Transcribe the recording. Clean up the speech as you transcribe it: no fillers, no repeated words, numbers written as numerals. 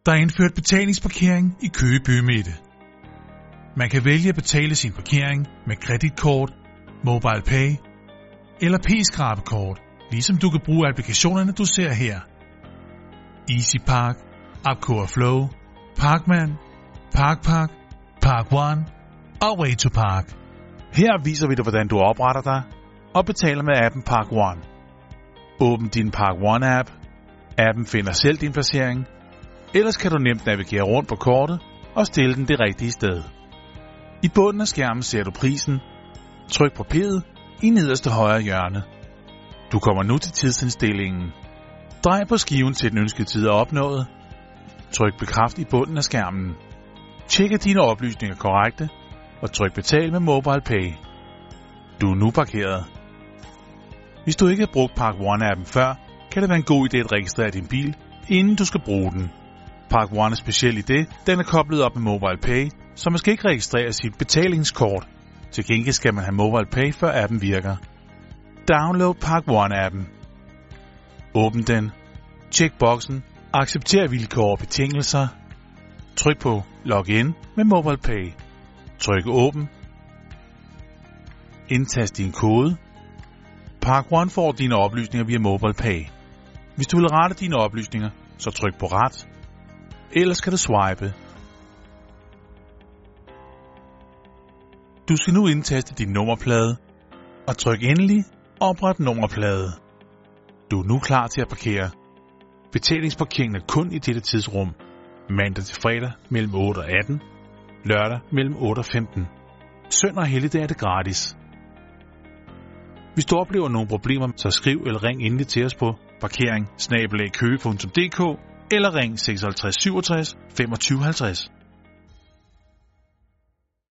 Der er indført betalingsparkering i Køge Bymidte. Man kan vælge at betale sin parkering med kreditkort, MobilePay eller P-skrabekort, ligesom du kan bruge applikationerne, du ser her. EasyPark, Apcoa Flow, Parkman, ParkPark, Park One og Way2Park. Her viser vi dig, hvordan du opretter dig og betaler med appen Park One. Åbn din Park One-app. Appen finder selv din placering. Ellers kan du nemt navigere rundt på kortet og stille den det rigtige sted. I bunden af skærmen ser du prisen. Tryk på P'et i nederste højre hjørne. Du kommer nu til tidsindstillingen. Drej på skiven til den ønskede tid er opnået. Tryk bekræft i bunden af skærmen. Tjek at dine oplysninger er korrekte og tryk betal med MobilePay. Du er nu parkeret. Hvis du ikke har brugt Park One-appen før, kan det være en god idé at registrere din bil, inden du skal bruge den. Park One er speciel i det, den er koblet op med MobilePay, så man skal ikke registrere sit betalingskort. Til gengæld skal man have MobilePay, før appen virker. Download Park One-appen. Åbn den. Tjek boksen. Accepter vilkår og betingelser. Tryk på Login med MobilePay. Tryk Åbn. Indtast din kode. Park One får dine oplysninger via MobilePay. Hvis du vil rette dine oplysninger, så tryk på Ret. Ellers kan du swipe. Du skal nu indtaste din nummerplade og tryk endelig Opret nummerplade. Du er nu klar til at parkere. Betalingsparkeringen er kun i dette tidsrum. Mandag til fredag mellem 8 og 18. Lørdag mellem 8 og 15. Søndag og helligdag er det gratis. Hvis du oplever nogle problemer, så skriv eller ring endelig til os på parkering@køge.dk eller ring 56 67 25 50.